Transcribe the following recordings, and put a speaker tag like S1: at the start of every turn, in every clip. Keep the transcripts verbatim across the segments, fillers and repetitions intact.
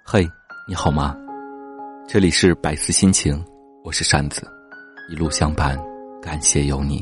S1: 嘿，你好吗？这里是百思心情，我是扇子，一路相伴，感谢有你。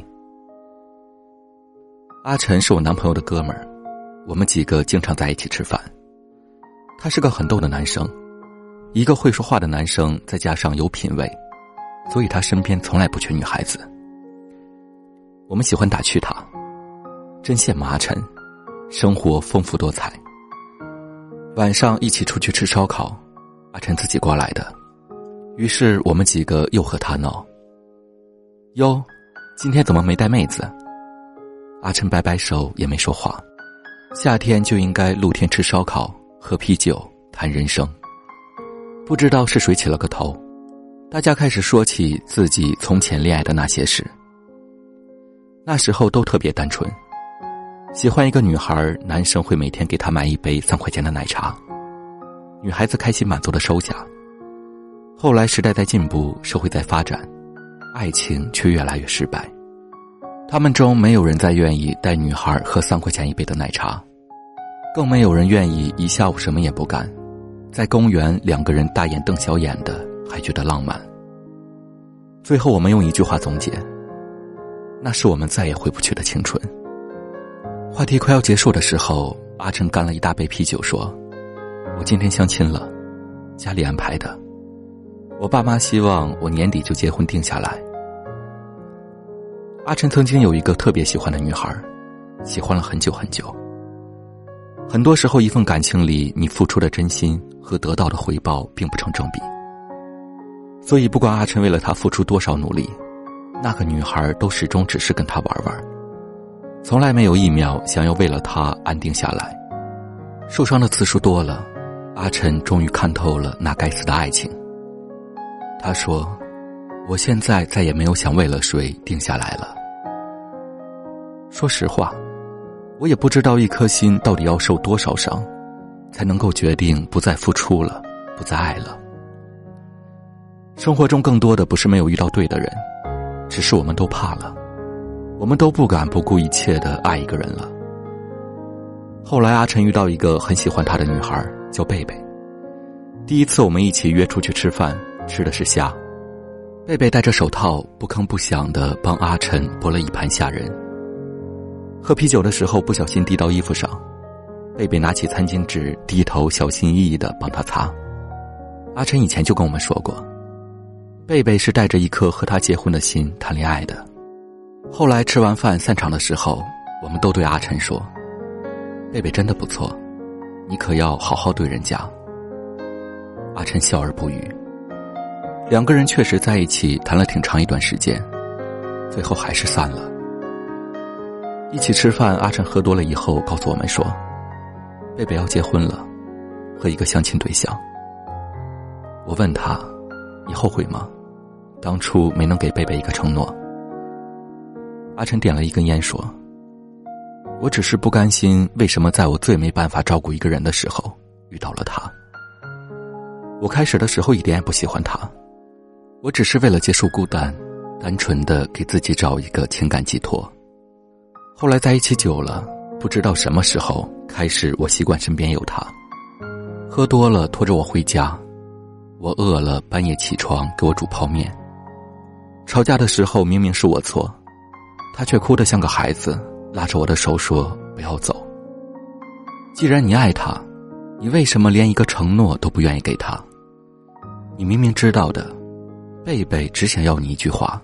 S1: 阿晨是我男朋友的哥们儿，我们几个经常在一起吃饭。他是个很逗的男生，一个会说话的男生，再加上有品味，所以他身边从来不缺女孩子。我们喜欢打趣他，真羡慕阿晨，生活丰富多彩。晚上一起出去吃烧烤，阿晨自己过来的，于是我们几个又和他闹。哟，今天怎么没带妹子？阿晨摆摆手也没说话。夏天就应该露天吃烧烤，喝啤酒，谈人生。不知道是谁起了个头，大家开始说起自己从前恋爱的那些事。那时候都特别单纯，喜欢一个女孩，男生会每天给她买一杯三块钱的奶茶，女孩子开心满足地收下。后来时代在进步，社会在发展，爱情却越来越失败。他们中没有人再愿意带女孩喝三块钱一杯的奶茶，更没有人愿意一下午什么也不干，在公园两个人大眼瞪小眼的还觉得浪漫。最后我们用一句话总结，那是我们再也回不去的青春。话题快要结束的时候，阿晨干了一大杯啤酒说，我今天相亲了，家里安排的，我爸妈希望我年底就结婚定下来。阿晨曾经有一个特别喜欢的女孩，喜欢了很久很久。很多时候一份感情里，你付出的真心和得到的回报并不成正比，所以不管阿晨为了她付出多少努力，那个女孩都始终只是跟他玩玩，从来没有一秒想要为了他安定下来。受伤的次数多了，阿晨终于看透了那该死的爱情。他说，我现在再也没有想为了谁定下来了。说实话，我也不知道一颗心到底要受多少伤，才能够决定不再付出了，不再爱了。生活中更多的不是没有遇到对的人，只是我们都怕了，我们都不敢不顾一切地爱一个人了。后来阿晨遇到一个很喜欢他的女孩，叫贝贝。第一次我们一起约出去吃饭，吃的是虾。贝贝戴着手套，不吭不响地帮阿晨剥了一盘虾仁。喝啤酒的时候不小心滴到衣服上，贝贝拿起餐巾纸，低头小心翼翼地帮他擦。阿晨以前就跟我们说过，贝贝是带着一颗和他结婚的心谈恋爱的。后来吃完饭散场的时候，我们都对阿晨说，贝贝真的不错，你可要好好对人家。阿晨笑而不语。两个人确实在一起谈了挺长一段时间，最后还是散了。一起吃饭，阿晨喝多了以后告诉我们说，贝贝要结婚了，和一个相亲对象。我问他，你后悔吗？当初没能给贝贝一个承诺。阿晨点了一根烟说，我只是不甘心，为什么在我最没办法照顾一个人的时候遇到了他。我开始的时候一点也不喜欢他，我只是为了结束孤单，单纯的给自己找一个情感寄托。后来在一起久了，不知道什么时候开始，我习惯身边有他，喝多了拖着我回家，我饿了半夜起床给我煮泡面。吵架的时候明明是我错，他却哭得像个孩子，拉着我的手说不要走。既然你爱他，你为什么连一个承诺都不愿意给他？你明明知道的，贝贝只想要你一句话。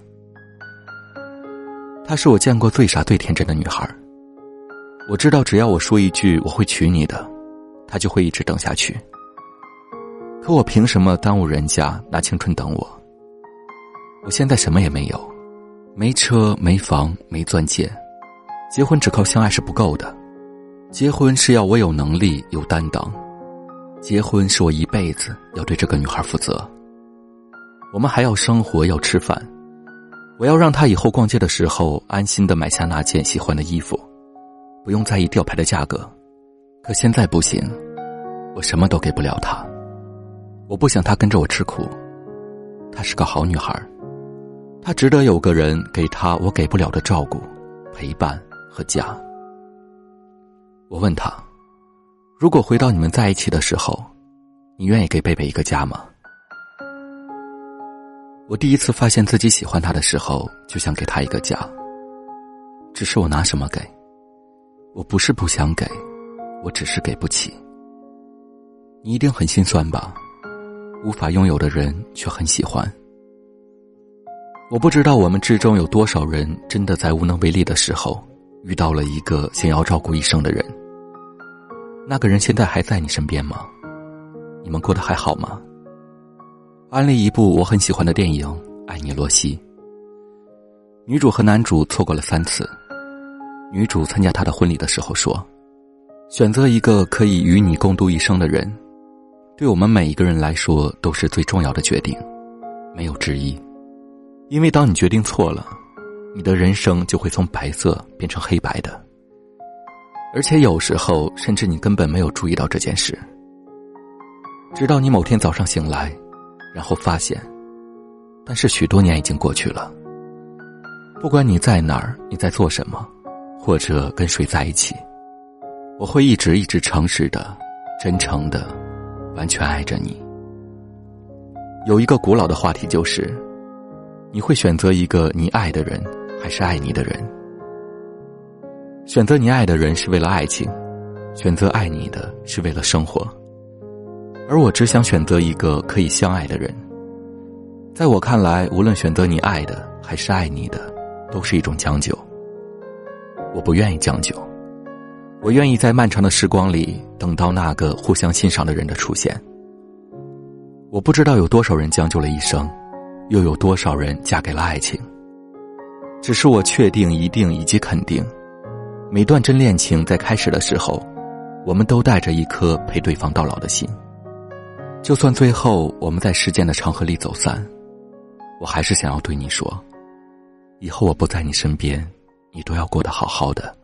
S1: 她是我见过最傻最天真的女孩，我知道只要我说一句我会娶你的，她就会一直等下去。可我凭什么耽误人家拿青春等我？我现在什么也没有，没车没房没钻戒，结婚只靠相爱是不够的，结婚是要我有能力有担当，结婚是我一辈子要对这个女孩负责。我们还要生活要吃饭，我要让她以后逛街的时候安心地买下那件喜欢的衣服，不用在意吊牌的价格。可现在不行，我什么都给不了她。我不想她跟着我吃苦，她是个好女孩，她值得有个人给她我给不了的照顾、陪伴和家。我问她，如果回到你们在一起的时候， 你愿意给贝贝一个家吗？我第一次发现自己喜欢他的时候，就想给他一个家。只是我拿什么给？我不是不想给，我只是给不起。你一定很心酸吧？无法拥有的人却很喜欢。我不知道我们之中有多少人真的在无能为力的时候遇到了一个想要照顾一生的人。那个人现在还在你身边吗？你们过得还好吗？安利一部我很喜欢的电影《爱你罗西》。女主和男主错过了三次。女主参加他的婚礼的时候说，选择一个可以与你共度一生的人，对我们每一个人来说都是最重要的决定，没有之一。因为当你决定错了，你的人生就会从白色变成黑白的。而且有时候甚至你根本没有注意到这件事，直到你某天早上醒来，然后发现，但是许多年已经过去了。不管你在哪儿，你在做什么，或者跟谁在一起，我会一直一直诚实的、真诚的、完全爱着你。有一个古老的话题就是，你会选择一个你爱的人，还是爱你的人？选择你爱的人是为了爱情，选择爱你的是为了生活。而我只想选择一个可以相爱的人。在我看来，无论选择你爱的还是爱你的，都是一种将就。我不愿意将就，我愿意在漫长的时光里等到那个互相欣赏的人的出现。我不知道有多少人将就了一生，又有多少人嫁给了爱情。只是我确定、一定以及肯定，每段真恋情在开始的时候，我们都带着一颗陪对方到老的心。就算最后我们在时间的长河里走散，我还是想要对你说，以后我不在你身边，你都要过得好好的。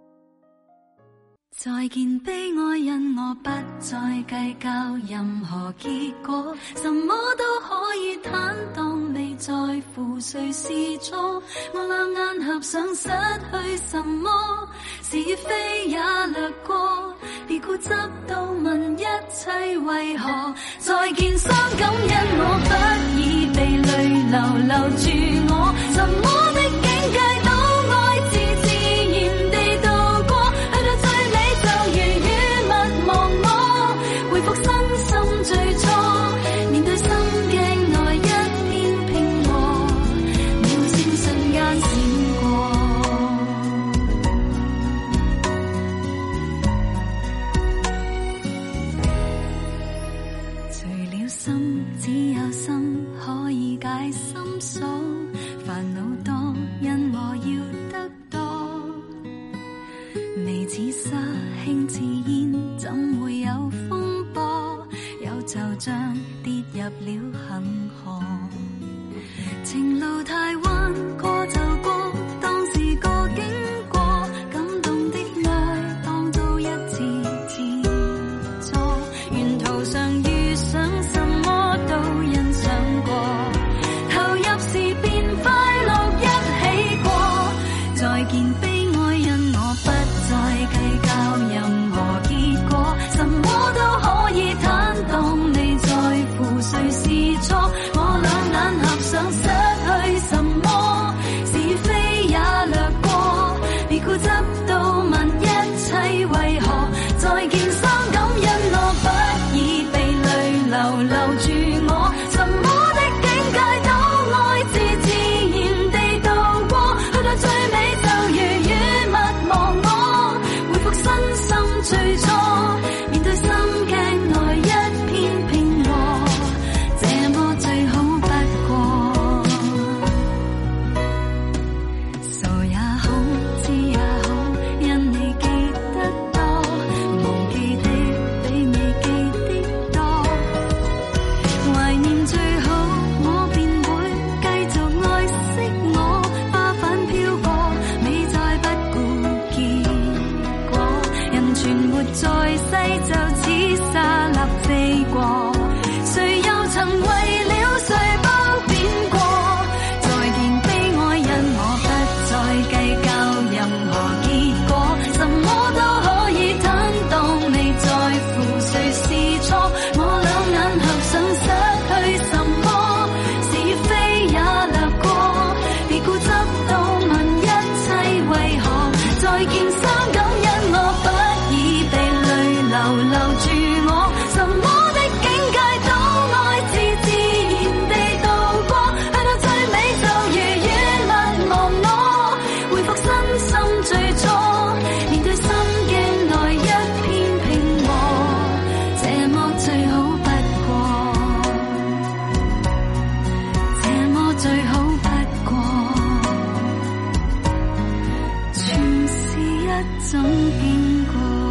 S2: 再见悲哀，因我不再计较任何结果，什么都可以坦荡，未在乎谁是错。我两眼合上，失去什么，是非也掠过，别固执到问一切为何。再见伤感，因我不已被泪流留住我，什么的境界都爱自自然地度过，去到最尾就如雨勿忘我，回復身心最初，面對心鏡內一片平和，秒閃瞬間閃過。除了心，只有心可以解心鎖，煩惱多，因我要得多。微似沙，輕似煙，怎會有風波？有就像跌入了恒河。情路太彎，過就過，當是個經過。感動的愛，當做一次自錯。沿途上遇上什麼都欣賞過，投入時便快樂一起過。再見悲哀，因我不再計較任何結果，什麼都可以坦蕩，未在乎誰是錯。我兩眼合上，失去什麼， 留留住我，什麼的境界都愛自自然地度過，去到最尾就如願勿忘我，回復身心最初，面對心境內一片平和，這麼最好不過，這麼最好不過，全是一種經過。